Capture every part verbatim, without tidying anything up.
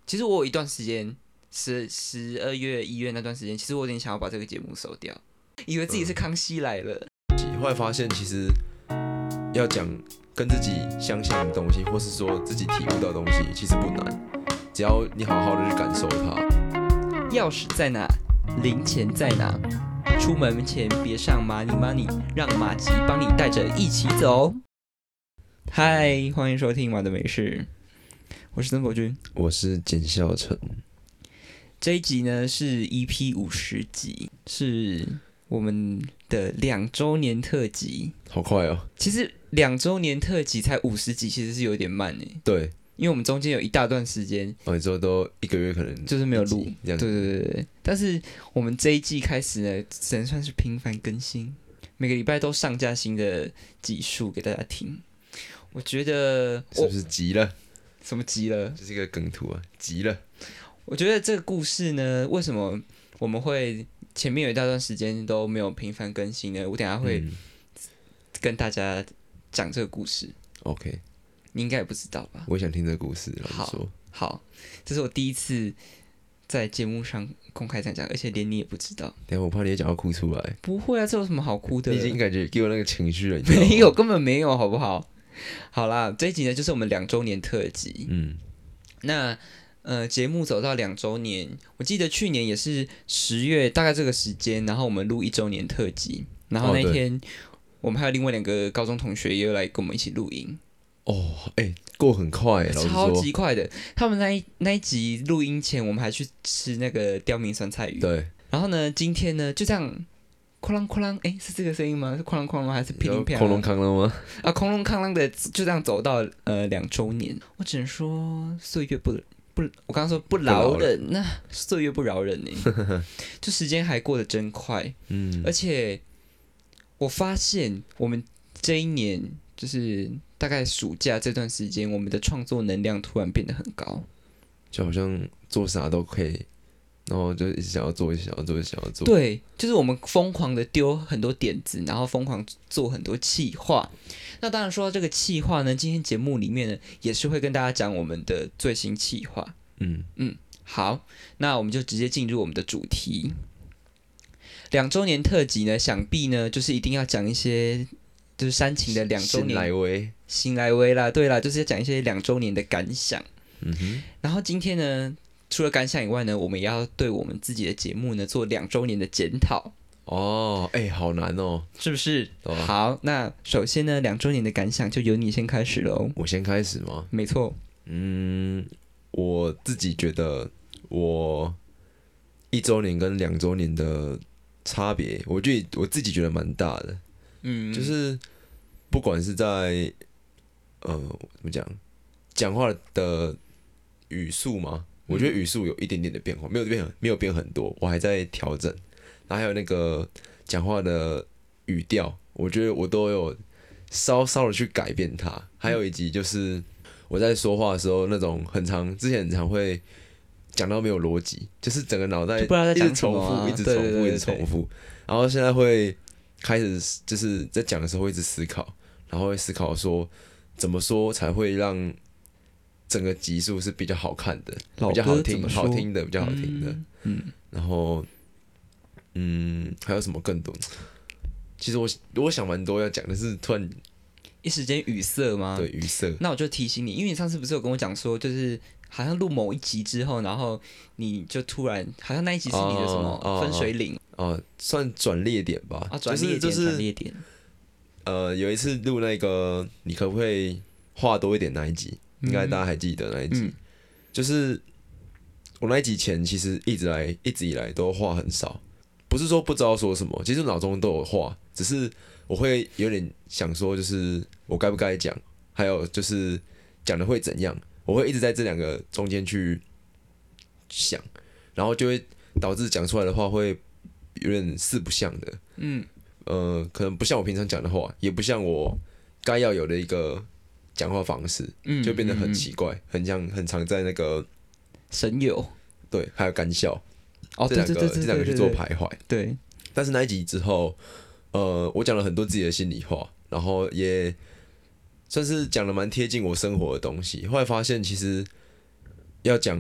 其实我有一段时间，十十二月、一月那段时间，其实我有点想要把这个节目收掉，以为自己是康熙来了。 后来发现，其实要讲跟自己相像的东西，或是说自己体悟到的东西，其实不难，只要你好好的去感受它。 钥匙在哪？零钱在哪？出门前别上 money money， 让马吉帮你带着一起走。嗨，欢迎收听马的美事，我是曾博君， 我是简孝成。 这一集呢是 E P 五十集，是我们的两周年特辑。 好快哦！ 其实两周年特辑才五十集，其实是有点慢诶。 对， 因为我们中间有一大段时间， 哦，你说都一个月可能就是没有录， 对对对对对。但是我们这一季开始呢，只能算是频繁更新，每个礼拜都上架新的集数给大家听。我觉得是不是急了？ 什么急了？ 这是一个梗图啊，急了。 我觉得这个故事呢，为什么我们会前面有一大段时间都没有频繁更新呢？我等一下会跟大家讲这个故事。 嗯、OK， 你应该也不知道吧？ 我也想听这个故事。老实说， 好，好，这是我第一次在节目上公开这样讲，而且连你也不知道。 等一下我怕你也讲到哭出来。 不会啊，这有什么好哭的？ 你已经感觉给我那个情绪了。 没有，根本没有，好不好？好啦，这一集呢就是我们两周年特辑。嗯，那呃，节目走到两周年，我记得去年也是十月大概这个时间，然后我们录一周年特辑，然后那一天、哦、我们还有另外两个高中同学也有来跟我们一起录音。 哦，哎、欸，过很快，老实说超级快的。他们那一那一集录音前，我们还去吃那个刁民酸菜鱼。 对。 然后呢，今天呢就这样。哐啷哐啷，哎，是这个声音吗？是哐啷哐啷还是噼里啪啦？ 哐啷哐啷吗？ 啊，哐啷哐啷的，就这样走到呃两周年。我只能说岁月不不，我刚刚说不饶人，那岁月不饶人呢。就时间还过得真快，嗯，而且我发现我们这一年就是大概暑假这段时间，我们的创作能量突然变得很高， 就好像做啥都可以。然后就一直想要做，一直想要做，一直想要做。 对，就是我们疯狂的丢很多点子，然后疯狂做很多企划。那当然说到这个企划呢，今天节目里面呢，也是会跟大家讲我们的最新企划。嗯嗯，好，那我们就直接进入我们的主题。两周年特辑呢，想必呢就是一定要讲一些，就是煽情的两周年。 新来威， 新来威啦，对啦，就是要讲一些两周年的感想。嗯哼，然后今天呢。除了感想以外呢，我们也要对我们自己的节目呢做两周年的检讨。 哦，哎、欸，好难哦， 是不是？哦、好，那首先呢，两周年的感想就由你先开始喽。 我先开始吗？ 没错。 嗯，我自己觉得我一周年跟两周年的差别，我觉得我自己觉得蛮大的。嗯，就是不管是在呃怎么讲，讲话的语速嘛。我觉得语速有一点点的变化，没有变没有变很多，我还在调整。然后还有那个讲话的语调，我觉得我都有稍稍的去改变它。还有以及就是我在说话的时候，那种很常之前很常会讲到没有逻辑，就是整个脑袋一直重复，一直重复，一直重复。然后现在会开始就是在讲的时候会一直思考，然后会思考说怎么说才会让。整个集数是比较好看的，比较好听，好听的，比较好听的。嗯，嗯然后，嗯，还有什么更多？其实我我想蛮多要讲的，是突然一时间语塞吗？ 对，语塞。 那我就提醒你，因为你上次不是有跟我讲说，就是好像录某一集之后，然后你就突然好像那一集是你的什么分水岭哦、呃呃，算转捩点吧。 啊，转捩点， 就是转捩点。 呃，有一次录那个，你可不可以话多一点那一集？应该大家还记得那一集，嗯、就是我那一集前其实一直来一直以来都话很少，不是说不知道说什么，其实脑中都有话，只是我会有点想说，就是我该不该讲，还有就是讲的会怎样，我会一直在这两个中间去想，然后就会导致讲出来的话会有点四不像的，嗯，呃，可能不像我平常讲的话，也不像我该要有的一个。讲话方式就变得很奇怪，嗯嗯、很像很常在那个神游， 对，还有干笑， 哦， 这两个这两个去做徘徊。 对， 但是那一集之后，呃，我讲了很多自己的心里话，然后也算是讲了蛮贴近我生活的东西。后来发现，其实要讲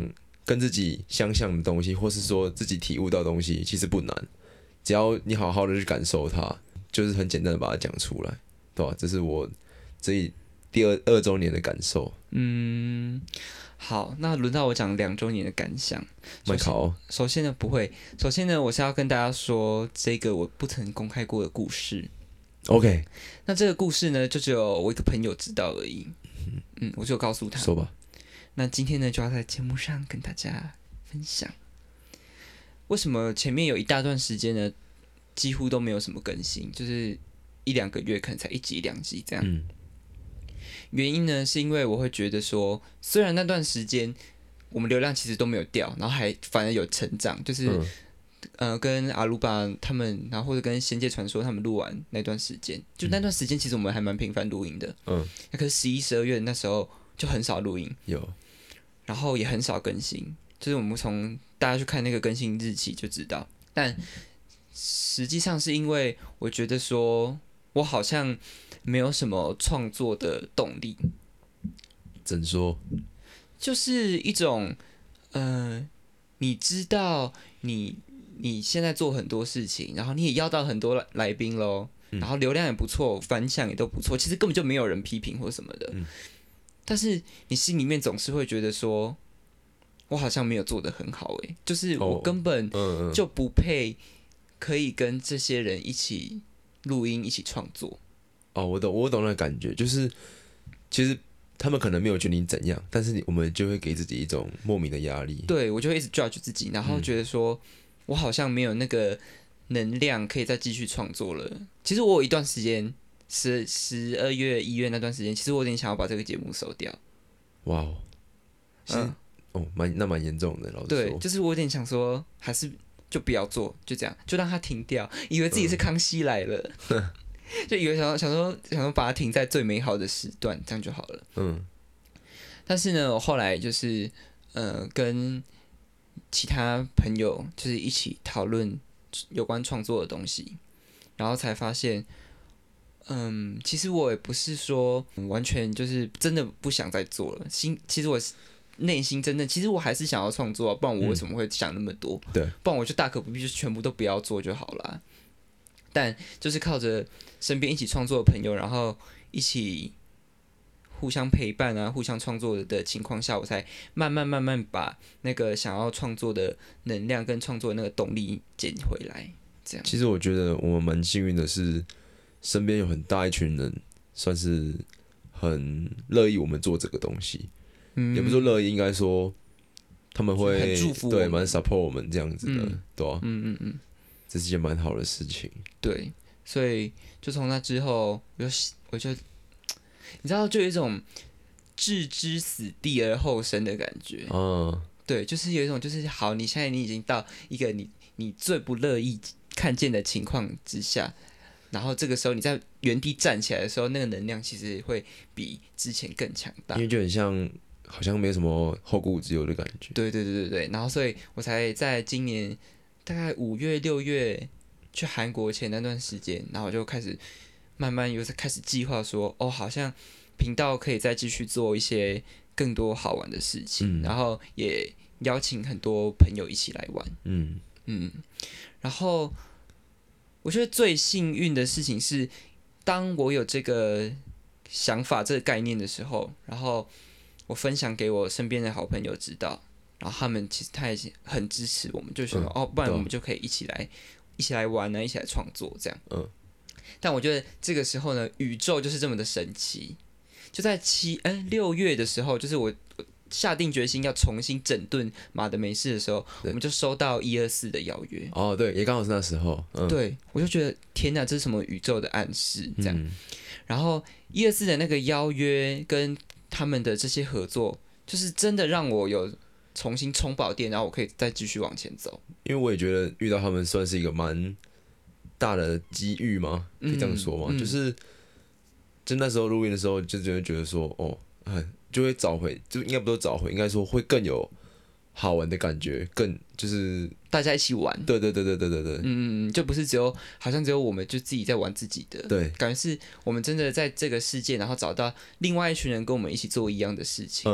跟自己相像的东西，或是说自己体悟到的东西，其实不难，只要你好好的去感受它，就是很简单的把它讲出来，对吧？这是我这一第二二周年的感受。 嗯，好，那轮到我讲两周年的感想。 麦考， 首先呢，不会，首先呢，我是要跟大家说这个我不曾公开过的故事。 OK， 那这个故事呢，就只有我一个朋友知道而已。嗯，我就告诉他。 说吧。 那今天呢，就要在节目上跟大家分享，为什么前面有一大段时间呢，几乎都没有什么更新，就是一两个月可能才一集两集这样。 嗯。 原因呢，是因为我会觉得说，虽然那段时间我们流量其实都没有掉，然后还反而有成长，就是、嗯、呃，跟阿鲁巴他们，然后或者跟仙界传说他们录完那段时间，就那段时间其实我们还蛮频繁录音的。嗯。可是十一、十二月那时候就很少录音， 有， 然后也很少更新，就是我们从大家去看那个更新日期就知道，但实际上是因为我觉得说我好像没有什么创作的动力。 怎说？ 就是一种，呃，你知道你你现在做很多事情，然后你也邀到很多来宾咯，然后流量也不错，反响也都不错，其实根本就没有人批评或什么的。嗯。但是你心里面总是会觉得说，我好像没有做得很好诶，就是我根本就不配可以跟这些人一起录音、一起创作。 哦，我懂，我懂那个感觉，就是其实他们可能没有觉得你怎样，但是你我们就会给自己一种莫名的压力。 对，我就会一直 judge 自己，然后觉得说、嗯、我好像没有那个能量可以再继续创作了。其实我有一段时间。十十二月一月那段时间，其实我有点想要把这个节目收掉。 哇哦，嗯，哦，蛮那蛮严重的，老实说。 对，就是我有点想说，还是就不要做，就这样，就让它停掉。以为自己是康熙来了，嗯、就以为想想说想说把它停在最美好的时段，这样就好了。嗯。但是呢，我后来就是呃跟其他朋友就是一起讨论有关创作的东西，然后才发现。嗯，其实我也不是说完全就是真的不想再做了，心其实我内心真的，其实我还是想要创作、啊，不然我为什么会想那么多？ 对、嗯， 不然我就大可不必，就全部都不要做就好了。但就是靠着身边一起创作的朋友，然后一起互相陪伴啊，互相创作的情况下，我才慢慢慢慢把那个想要创作的能量跟创作的那个动力捡回来。这样， 其实我觉得我们蛮幸运的是。身边有很大一群人，算是很乐意我们做这个东西，嗯、也不是说乐意，应该说他们会很祝福， 对，蛮 support 我们这样子的，嗯、对吧、啊？ 嗯嗯嗯， 这是一件蛮好的事情。 对，所以就从那之后，我就我就你知道，就有一种置之死地而后生的感觉。嗯，对，就是有一种，就是好，你现在你已经到一个你你最不乐意看见的情况之下。然后这个时候你在原地站起来的时候，那个能量其实会比之前更强大， 因为就很像好像没有什么后顾之忧的感觉。 对对对对对，然后所以我才在今年大概五月六月去韩国前那段时间，然后我就开始慢慢又开始计划说，哦，好像频道可以再继续做一些更多好玩的事情，嗯、然后也邀请很多朋友一起来玩。嗯嗯，然后。我觉得最幸运的事情是，当我有这个想法、这个概念的时候，然后我分享给我身边的好朋友知道，然后他们其实他也很支持我们，就说、嗯、哦，不然我们就可以一起来、一起来玩啊，一起来创作这样。嗯。但我觉得这个时候呢，宇宙就是这么的神奇。就在七哎六月的时候，就是我。下定决心要重新整顿马德梅市的时候，我们就收到一二四的邀约。 哦，对，也刚好是那时候。嗯、 对，我就觉得天哪，这是什么宇宙的暗示？这样。嗯、然后一二四的那个邀约跟他们的这些合作，就是真的让我有重新充饱电，然后我可以再继续往前走。 因为我也觉得遇到他们算是一个蛮大的机遇嘛，可以这样说嘛。嗯、就是就那时候录音的时候，就就会觉得说，哦，很。就会找回，就应该不都找回，应该说会更有好玩的感觉，更就是大家一起玩。 对对对对对对对， 嗯，就不是只有好像只有我们就自己在玩自己的， 对， 感觉是我们真的在这个世界，然后找到另外一群人跟我们一起做一样的事情。嗯，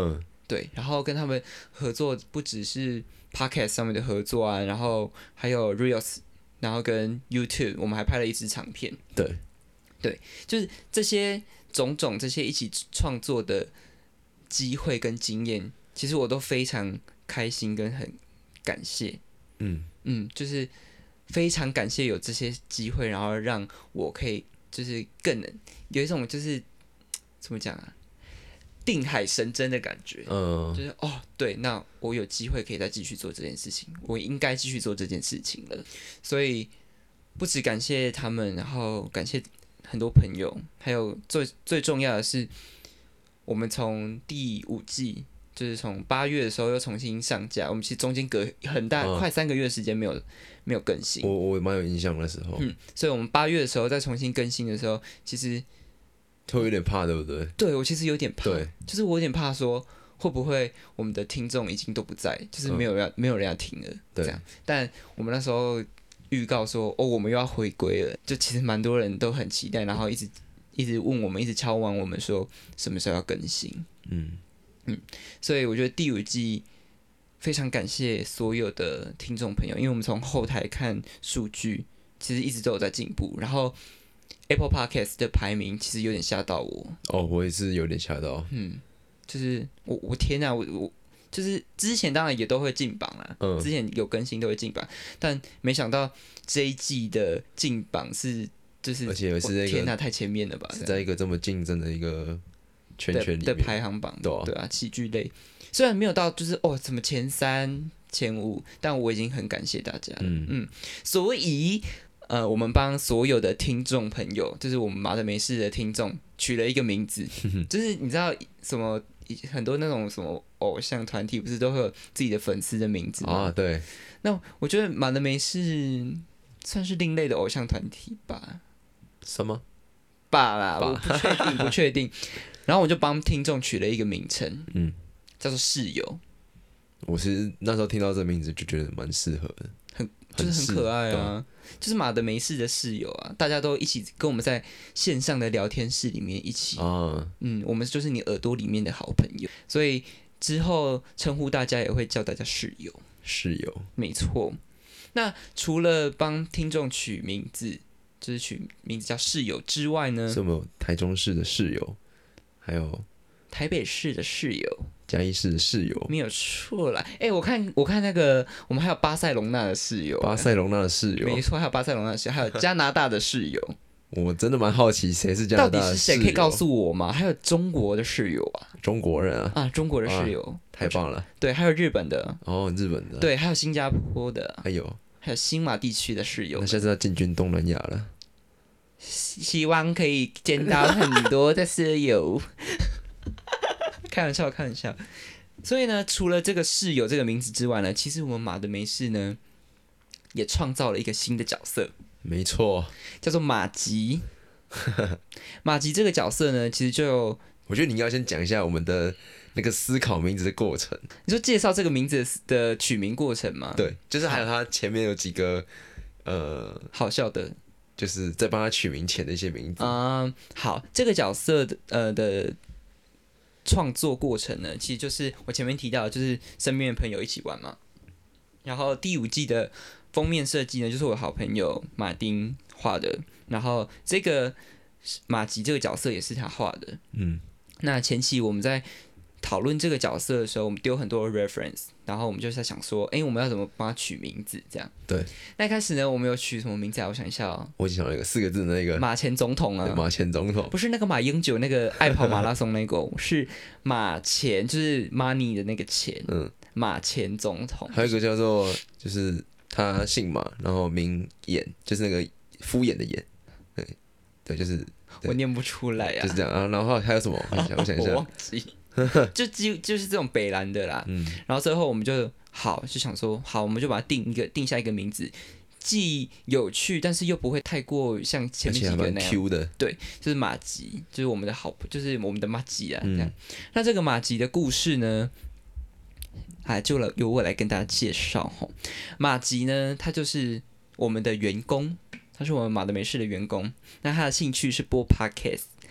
对，然后跟他们合作不只是 Podcast 上面的合作啊，然后还有 Reels， 然后跟 YouTube， 我们还拍了一支长片。 对， 对，就是这些种种这些一起创作的机会跟经验，其实我都非常开心跟很感谢。嗯嗯，就是非常感谢有这些机会，然后让我可以就是更能有一种就是怎么讲啊？定海神针的感觉，嗯，就是哦，对，那我有机会可以再继续做这件事情，我应该继续做这件事情了。所以不只感谢他们，然后感谢很多朋友，还有最最重要的是，我们从第五季，就是从八月的时候又重新上架，我们其实中间隔很大、嗯、快三个月的时间没有没有更新。 我我蛮有印象的时候， 嗯，所以我们八月的时候再重新更新的时候，其实。 会有点怕，对不对？ 对，我其实有点怕， 对， 就是我有点怕说会不会我们的听众已经都不在，就是没有人、嗯、没有人要听了，这样。但我们那时候预告说，哦，我们又要回归了，就其实蛮多人都很期待，然后一直一直问我们，一直敲完我们说什么时候要更新。嗯嗯，所以我觉得第五季非常感谢所有的听众朋友，因为我们从后台看数据，其实一直都有在进步，然后。Apple Podcast 的排名其实有点吓到我哦，我也是有点吓到。 嗯，就是我我天啊，我我就是之前当然也都会进榜啦，嗯，之前有更新都会进榜，但没想到这一季的进榜是就是， 而且是那个天啊，太前面了吧？ 是在一个这么竞争的一个圈圈里面的, 的排行榜，对 啊, 对啊，喜剧类虽然没有到就是哦什么前三前五，但我已经很感谢大家了。嗯嗯，所以。呃，我们帮所有的听众朋友，就是我们马德梅事的听众，取了一个名字，就是你知道什么很多那种什么偶像团体，不是都会有自己的粉丝的名字吗？ 啊，对。 那我觉得马德梅事算是另类的偶像团体吧？ 什么？ 吧啦，我不确定，不确定。然后我就帮听众取了一个名称，嗯，叫做室友。 我其实那时候听到这个名字就觉得蛮适合的。 就是很可爱啊，就是马德梅事的室友啊，大家都一起跟我们在线上的聊天室里面一起，啊、嗯，我们就是你耳朵里面的好朋友，所以之后称呼大家也会叫大家室友。 室友， 没错。那除了帮听众取名字，就是取名字叫室友之外呢， 是有台中市的室友，还有台北市的室友。 嘉义市的室友没有错啦，哎、欸，我看我看那个，我们还有巴塞隆纳的室友， 巴塞隆纳的室友， 没错，还有巴塞隆纳的室友，还有加拿大的室友。 我真的蛮好奇，谁是加拿大的室友？到底是谁？ 可以告诉我吗？还有中国的室友啊， 中国人啊， 啊，中国的室友，啊、 太棒了。 对，还有日本的， 哦，日本的， 对，还有新加坡的， 还有还有新马地区的室友。 那下次要进军东南亚了， 希望可以见到很多的室友。开玩笑，开玩笑。所以呢，除了这个室友这个名字之外呢，其实我们马德梅事呢也创造了一个新的角色， 没错， 叫做马吉。马吉这个角色呢，其实就我觉得你要先讲一下我们的那个思考名字的过程。 你说介绍这个名字的取名过程吗？ 对，就是还有他前面有几个呃好笑的， 就是在帮他取名前的一些名字。 嗯，好，这个角色的呃的。创作过程呢，其实就是我前面提到的，就是身边的朋友一起玩嘛。然后第五季的封面设计呢，就是我好朋友马丁画的。然后这个马吉这个角色也是他画的。嗯，那前期我们在讨论这个角色的时候，我们丢很多 reference， 然后我们就在想说，哎、欸，我们要怎么帮他取名字？这样。 对。 那一开始呢，我们有取什么名字啊？我想一下哦。 我已经想到一个四个字的那个马前总统啊。 马前总统。 不是那个马英九那个爱跑马拉松那个，是马前，就是 money 的那个钱。嗯。马前总统。 还有一个叫做，就是他姓马，然后名衍，就是那个敷衍的衍。对。对，就是我念不出来啊。 就是这样啊，然后还有什么？我想，我想一下。 我忘记。就就就是这种北蓝的啦，嗯，然后最后我们就好就想说，好，我们就把它定一个定下一个名字，既有趣，但是又不会太过像前面几个那样 Q 的， 对，就是马吉，就是我们的好，就是我们的马吉啊，这样。嗯、那这个马吉的故事呢，啊，就了由我来跟大家介绍哈。马吉呢，他就是我们的员工，他是我们马德梅事的员工，那他的兴趣是播 podcast。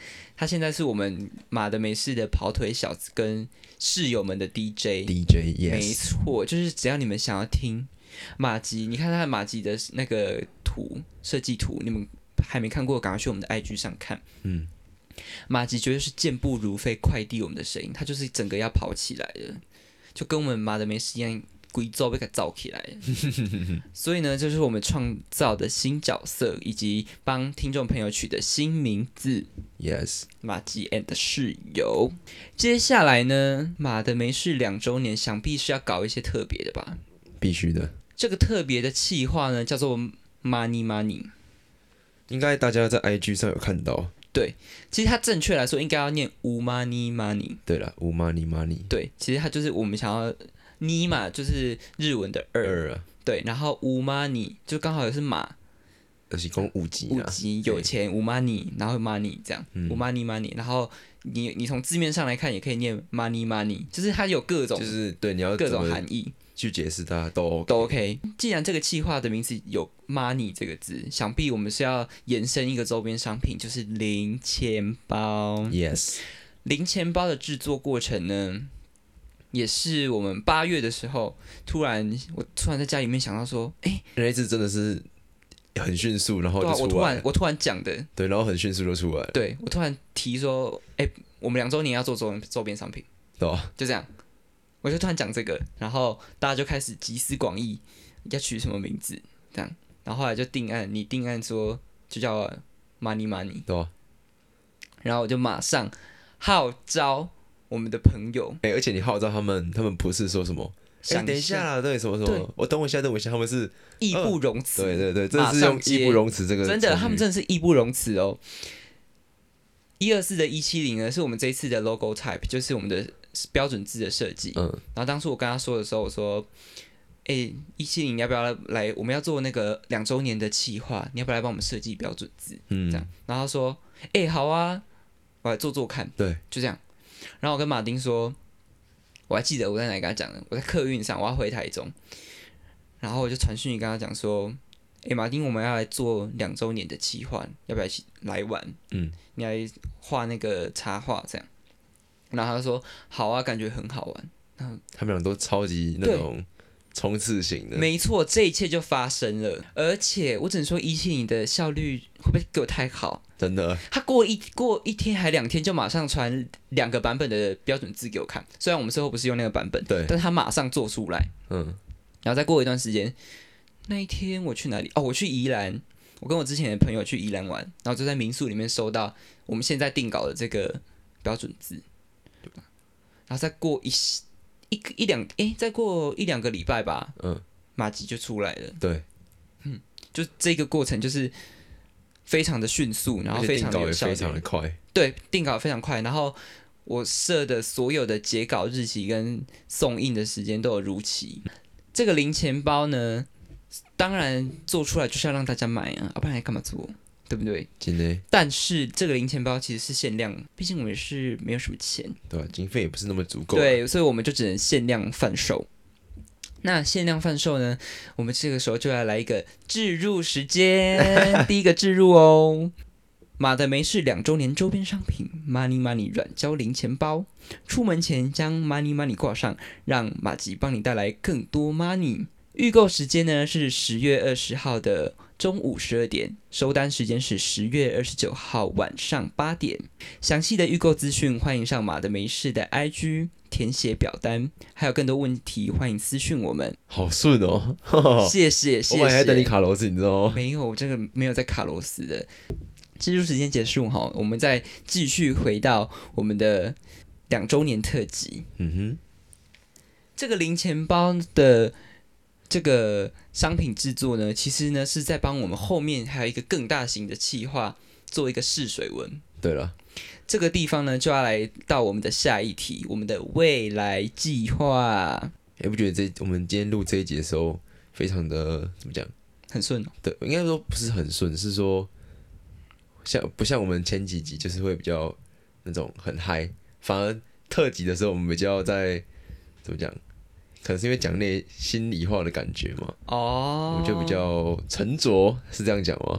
他现在是我们马的美式的跑腿小子跟室友们的 D J，D J， 没错，就是只要你们想要听马吉，你看他的马吉的那个图设计图，你们还没看过，赶快去我们的 I G 上看。嗯，马吉绝对是健步如飞，快递我们的声音，他就是整个要跑起来的，就跟我们马的美式一样。规奏被给造起来所以呢，这就是我们创造的新角色，以及帮听众朋友取的新名字。 Yes， 马吉 and 室友。接下来呢，马的没事两周年，想必是要搞一些特别的吧？ 必须的。 这个特别的企划呢，叫做 Money Money， 应该大家在 I G 上有看到。 对，其实它正确来说应该要念无 money money。 对了，无 money money。 对，其实它就是我们想要。尼嘛就是日文的二， 二啊， 对，然后无 money 就刚好也是马， 就是讲五级， 五级有钱无 money， 然后 money 这样，无 money money， 然后你你从字面上来看也可以念 money money， 就是它有各种， 就是对你要各种含义去解释它都 OK， 都 OK。既然这个企划的名字有 money 这个字，想必我们是要延伸一个周边商品，就是零钱包。 Yes， 零钱包的制作过程呢？也是我们八月的时候，突然我突然在家里面想到说，哎、欸， 那一次真的是很迅速，然后就出来了。 对啊，我突然我突然讲的， 对，然后很迅速就出来了。 对我突然提说，哎、欸，我们两周年要做周周边商品， 对啊， 就这样，我就突然讲这个，然后大家就开始集思广益，要取什么名字，这样，然后后来就定案，你定案说就叫 Money Money， 对啊， 然后我就马上号召。我们的朋友， 哎、欸，而且你号召他们，他们不是说什么，哎、欸，等一下啦，对，什么什么，我等我一下，等我一下，他们是义不容辞、 呃，对对对，这是用义不容辞这个， 真的，他们真的是义不容辞哦。一二四的一七零呢，是我们这一次的 logo type， 就是我们的标准字的设计。嗯，然后当初我跟他说的时候，我说，哎，一七零，你要不要来？我们要做那个两周年的企划，你要不要来帮我们设计标准字？嗯，这样，然后他说，哎，好啊，我来做做看。 对， 就这样。然后我跟马丁说，我还记得我在哪里跟他讲的，我在客运上，我要回台中，然后我就传讯息跟他讲说，哎，马丁，我们要来做两周年的企划，要不要一起来玩？嗯，你来画那个插画这样。然后他就说，好啊，感觉很好玩。然后他们俩都超级那种冲刺型的， 没错，这一切就发生了。而且我只能说，一七零的效率会不会给我太好？ 真的， 他过一过一天还两天就马上传两个版本的标准字给我看，虽然我们最后不是用那个版本， 对， 但是他马上做出来，嗯，然后再过一段时间，那一天我去哪里？哦，我去宜兰，我跟我之前的朋友去宜兰玩，然后就在民宿里面收到我们现在定稿的这个标准字，对吧？然后再过一一一两，哎，再过一两个礼拜吧，嗯，马吉就出来了， 对， 嗯，就这个过程就是非常的迅速，然后非常的有效率， 非常的快， 对，定稿非常快，然后我设的所有的截稿日期跟送印的时间都有如期。这个零钱包呢，当然做出来就是要让大家买啊，要不然还干嘛做？对不对？ 真的。 但是这个零钱包其实是限量，毕竟我们是没有什么钱， 对、啊，经费也不是那么足够。 对，所以我们就只能限量贩售。那限量贩售呢，我们这个时候就要来一个置入时间，第一个置入哦。马的梅市两周年周边商品 Money Money 软胶零钱包，出门前将 Money Money 挂上，让马吉帮你带来更多 Money。预购时间呢是十月二十号的中午十二点，收单时间是十月二十九号晚上八点。详细的预购资讯，欢迎上马的梅市的 I G 填写表单，还有更多问题欢迎私讯我们。 好顺哦， 谢谢谢谢。 我还在等你卡螺丝，你知道吗？ 没有，这个没有在卡螺丝的。植入时间结束哈，我们再继续回到我们的两周年特辑。嗯哼，这个零钱包的这个商品制作呢，其实呢是在帮我们后面还有一个更大型的企划做一个试水温。 对了， 这个地方呢就要来到我们的下一题，我们的未来计划。 也不觉得这我们今天录这一集的时候，非常的怎么讲？ 很顺哦。 对，应该说不是很顺，是说。像不像我们前几集就是会比较那种很嗨，反而特辑的时候我们比较在怎么讲？可能是因为讲那心里话的感觉嘛。哦，我们就比较沉着，是这样讲吗？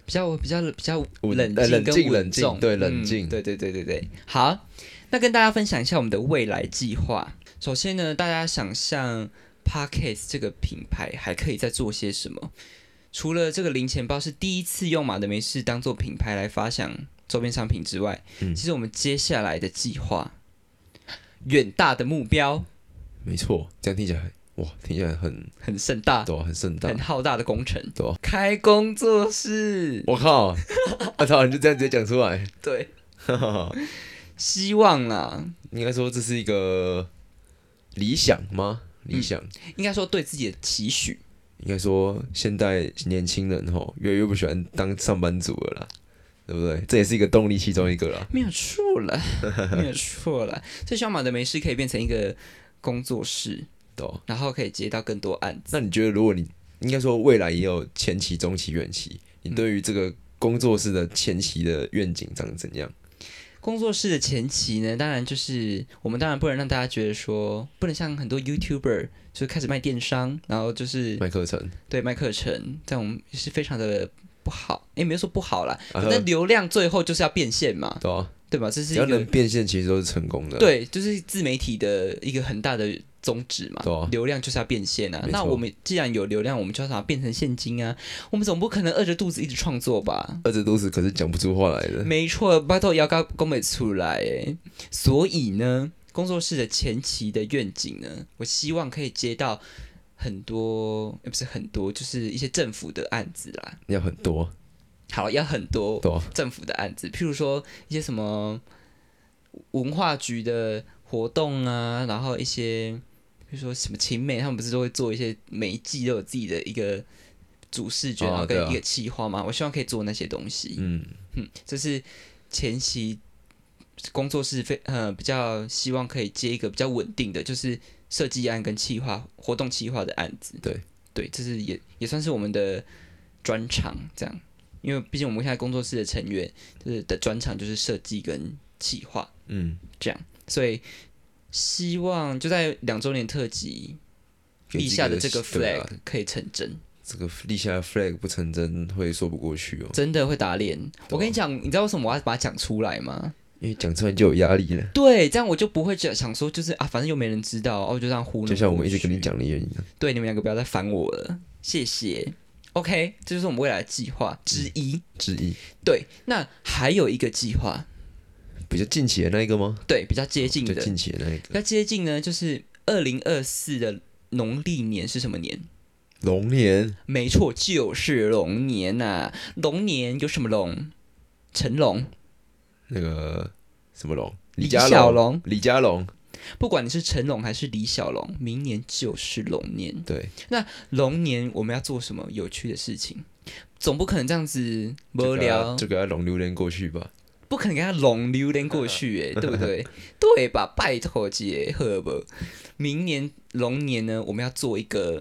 比较比较比较冷静跟稳重， 对冷静、 嗯，对对对对对。好，那跟大家分享一下我们的未来计划。首先呢，大家想象 Podcast 这个品牌还可以再做些什么？除了这个零钱包是第一次用马的没事当做品牌来发想周边商品之外，嗯、其实我们接下来的计划，远大的目标， 没错，这样听起来。哇，听起来很很盛大， 对、啊，很盛大， 很浩大的工程， 对、啊， 开工作室。 我靠，我操，你就这样直接讲出来？ 对，希望啦， 应该说这是一个理想吗？理想， 嗯、应该说对自己的期许。 应该说现代年轻人吼，越来越不喜欢当上班族了啦，对不对？这也是一个动力其中一个啦。 没有错了，没有错了。最希望马德梅斯可以变成一个工作室。然后可以接到更多案子。 那你觉得，如果你应该说未来也有前期、中期、远期，你对于这个工作室的前期的愿景长怎样？ 工作室的前期呢，当然就是我们当然不能让大家觉得说，不能像很多 YouTuber 就开始卖电商，然后就是卖课程， 对，卖课程这种是非常的不好。哎，没有说不好啦，反正流量最后就是要变现嘛， 对啊， 对吧？这是一个只要能变现，其实都是成功的。 对，就是自媒体的一个很大的宗旨嘛， 啊、 流量就是要变现啊。那我们既然有流量，我们就要把它变成现金啊。我们总不可能饿着肚子一直创作吧？ 饿着肚子可是讲不出话来的。 没错，拜托要讲讲不出来哎。所以呢，工作室的前期的愿景呢，我希望可以接到很多，不是很多，就是一些政府的案子啦。 要很多， 好，要很多政府的案子，譬如说一些什么文化局的活动啊，然后一些。比如说什么青美，他们不是都会做一些每一季都有自己的一个主视觉，然后跟一个企划嘛？我希望可以做那些东西。嗯嗯，这是前期工作室非呃比较希望可以接一个比较稳定的，就是设计案跟企划活动企划的案子。 对对，这是也也算是我们的专长，这样，因为毕竟我们现在工作室的成员就是的专长就是设计跟企划，嗯，这样，所以。希望就在两周年特辑立下的这个 flag 可以成真。 这个立下的 flag 不成真会说不过去哦， 真的会打脸。我跟你讲，你知道为什么我要把它讲出来吗？ 因为讲出来就有压力了。 对，这样我就不会想说，就是啊，反正又没人知道，哦，就这样糊弄。 就像我们一直跟你讲的原因。 对，你们两个不要再烦我了，谢谢。OK， 这就是我们未来的计划之一。 之一。 对，那还有一个计划。 比较近期的那一个吗？ 对，比较接近的。 比较近期的那一个。 比较接近呢，就是二零二四的农历年是什么年？ 龙年。 没错，就是龙年呐、啊。龙年有什么龙？成龙。 那个什么龙？ 李小龙。 李家龙。 不管你是成龙还是李小龙，明年就是龙年。 对。 那龙年我们要做什么有趣的事情？总不可能这样子无聊， 就给他龙榴莲过去吧。 不可能给他龙榴莲过去哎，对不对？对吧？拜托姐，好不？明年龙年呢，我们要做一个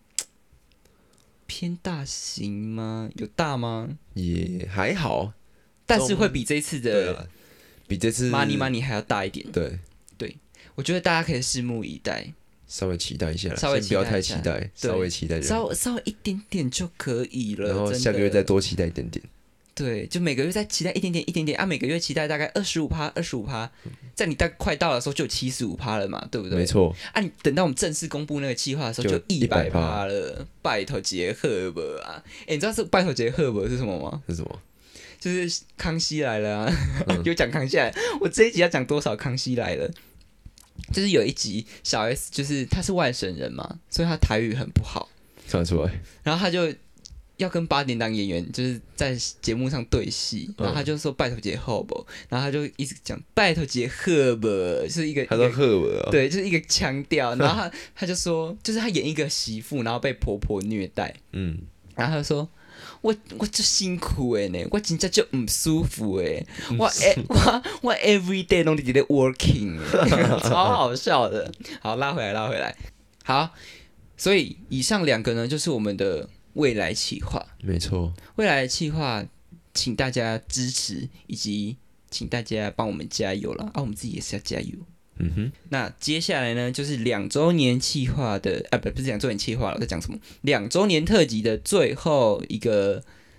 偏大型吗？有大吗？ 也还好， 但是会比这次的比这次 money money 还要大一点。 对对，我觉得大家可以拭目以待， 稍微期待一下， 稍微不要太期待，稍微期待， 稍稍微一点点就可以了。 然后下个月再多期待一点点。 对，就每个月再期待一点点，一点点啊，每个月期待大概二十五趴，二十五趴，在你大概快到的时候就有七十五趴了嘛，对不对？ 没错。 啊，你等到我们正式公布那个计划的时候，就一百趴了。拜托杰赫伯啊！哎，你知道是拜托杰赫伯是什么吗？ 是什么？ 就是康熙来了啊！嗯、有讲康熙来了，我这一集要讲多少康熙来了？就是有一集小 S， 就是他是外省人嘛，所以他台语很不好， 看得出来。 然后他就。要跟八点档演员就是在节目上对戏，然后他就说拜托杰赫伯，然后他就一直讲拜托杰赫伯，是一个他说赫伯、哦， 对，就是一个腔调，然后他他就说，就是他演一个媳妇，然后被婆婆虐待，嗯，然后他就说。我我就辛苦诶呢，我真正就唔舒服诶，我我我 every day 都在 working， 超好笑的。好，拉回来，拉回来。好，所以以上两个呢，就是我们的未来企划。 没错， 未来的企划，请大家支持，以及请大家帮我们加油了啊！我们自己也是要加油。嗯哼，那接下来呢，就是两周年企划的啊，不不是两周年企划了，我在讲什么？两周年特辑的最后一个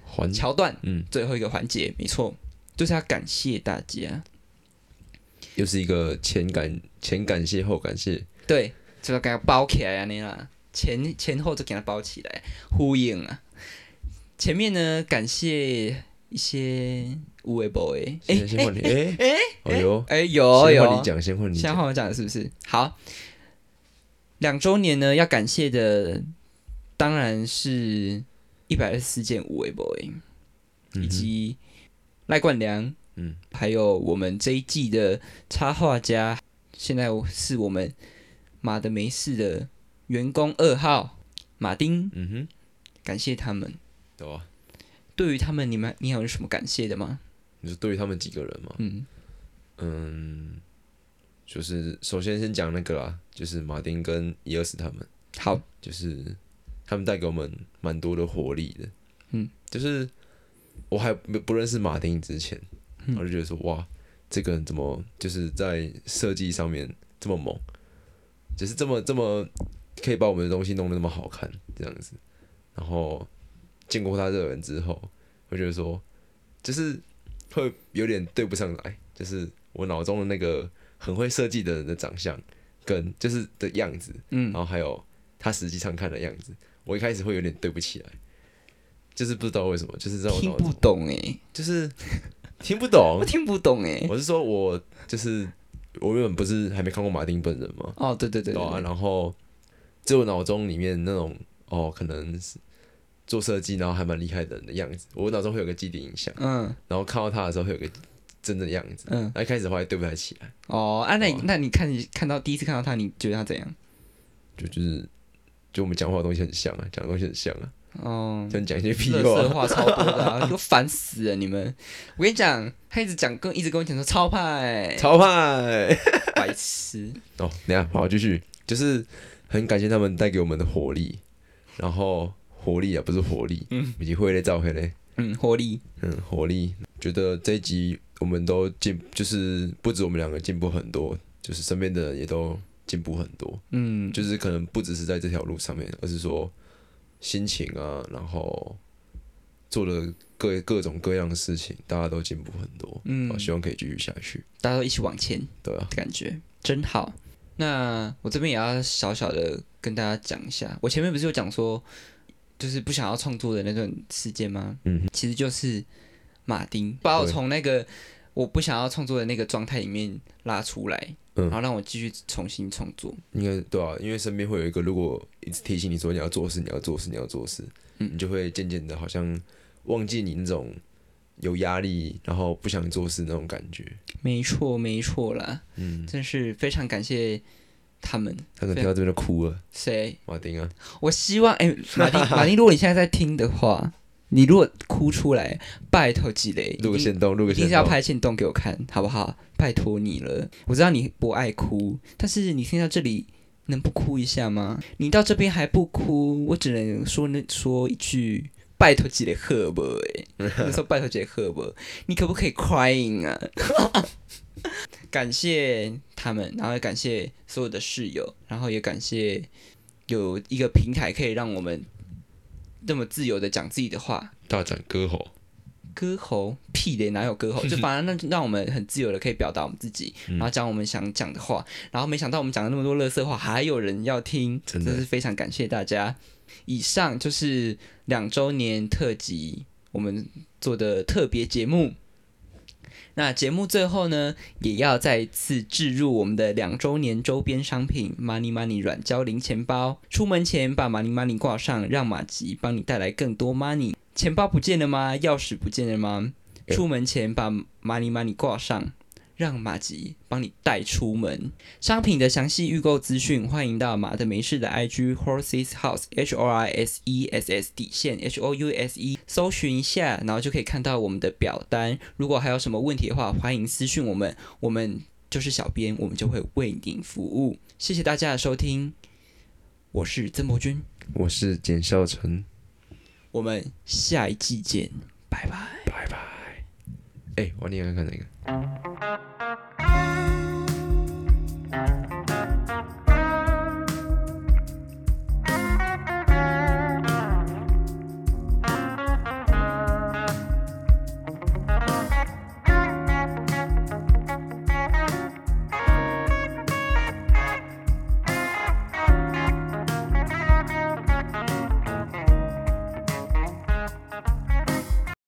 桥段，嗯，最后一个环节，没错，就是要感谢大家。 又是一个前感前感谢后感谢， 对，就要给它包起来啊，你啦，前前后就给它包起来，呼应啊。前面呢，感谢一些无为 boy， 哎先换你，哎哎哎呦， 哎有有， 先换你讲，先换你讲， 先换我讲是不是？好，两周年呢，要感谢的当然是一百二十四件无为 boy，、嗯、以及赖冠良。嗯，还有我们这一季的插画家，现在是我们马的没事的员工二号马丁。嗯哼，感谢他们。 对啊。 对于他们，你们你有什么感谢的吗？ 你说对于他们几个人吗？嗯嗯，就是首先先讲那个啦，就是马丁跟伊尔斯他们。 好， 就是他们带给我们蛮多的活力的。嗯，就是我还不认识马丁之前。我就觉得说，哇，这个人怎么就是在设计上面这么猛，就是这么这么可以把我们的东西弄得那么好看这样子。然后见过他这个人之后，我觉得说，就是会有点对不上来，就是我脑中的那个很会设计的人的长相跟就是的样子，嗯，然后还有他实际上看的样子，我一开始会有点对不起来，就是不知道为什么，就是在我听不懂哎、欸， 就是。听不懂， 我听不懂哎、欸。 我是说，我就是我原本不是还没看过马丁本人吗？ 哦，对对对 对, 對、啊。 然后在我脑中里面那种哦，可能是做设计然后还蛮厉害的人的样子，我脑中会有个既定印象。嗯。然后看到他的时候会有个真的样子。嗯。那一开始的话还对不太起来。 哦啊，那你、哦、那你看看到第一次看到他，你觉得他怎样？ 就就是就我们讲话的东西很像啊，讲的东西很像啊。哦，就讲一些屁话，垃圾话超多的、啊，都烦死了你们！我跟你讲，他一直讲，跟一直跟我讲说超派， 超派， 白痴。 哦，等一下，好，继续，就是很感谢他们带给我们的活力，然后活力啊，不是活力，嗯，以及会嘞，造会嘞， 嗯，活力， 嗯，活力。觉得这一集我们都进，就是不止我们两个进步很多，就是身边的人也都进步很多，嗯，就是可能不只是在这条路上面，而是说。心情啊，然后做的各各种各样的事情，大家都进步很多，嗯，希望可以继续下去， 大家都一起往前， 对啊， 感觉真好。那我这边也要小小的跟大家讲一下，我前面不是有讲说，就是不想要创作的那段时间吗？嗯，其实就是马丁把我从那个我不想要创作的那个状态里面拉出来。嗯、然后让我继续重新创作， 应该对啊，因为身边会有一个，如果一直提醒你说你要做事，你要做事，你要做事，嗯、你就会渐渐的好像忘记你那种有压力，然后不想做事那种感觉。 没错，没错啦，嗯，真是非常感谢他们。 他可能听到这边就哭了。 谁？ 马丁啊！ 我希望，哎、欸，马丁，马丁，如果你现在在听的话。你如果哭出来，拜托几雷， 录个限动，录个限动， 一定是要拍限动给我看，好不好？拜托你了。我知道你不爱哭，但是你听到这里能不哭一下吗？你到这边还不哭，我只能说那说一句，拜托几雷喝不？哎，就说拜托几雷喝不？你可不可以 crying 啊？感谢他们，然后也感谢所有的室友，然后也感谢有一个平台可以让我们。这么自由的讲自己的话， 大展歌喉， 歌喉屁的哪有歌喉？就反正让我们很自由的可以表达我们自己，然后讲我们想讲的话。然后没想到我们讲了那么多垃圾话，还有人要听，真的是非常感谢大家。以上就是两周年特辑我们做的特别节目。那节目最后呢，也要再次置入我们的两周年周边商品 Money Money 软胶零钱包。出门前把 Money Money 挂上，让马吉帮你带来更多 Money。钱包不见了吗？钥匙不见了吗？出门前把 Money Money 挂上，让马吉帮你带出门。商品的详细预购资讯，欢迎到马的没事的 I G Horses House H O R S E S S 底线 H O U S E 搜寻一下，然后就可以看到我们的表单。如果还有什么问题的话，欢迎私讯我们，我们就是小编，我们就会为您服务。谢谢大家的收听，我是曾博君， 我是简孝成， 我们下一季见，拜拜， 拜拜。哎、欸，我念看看那个。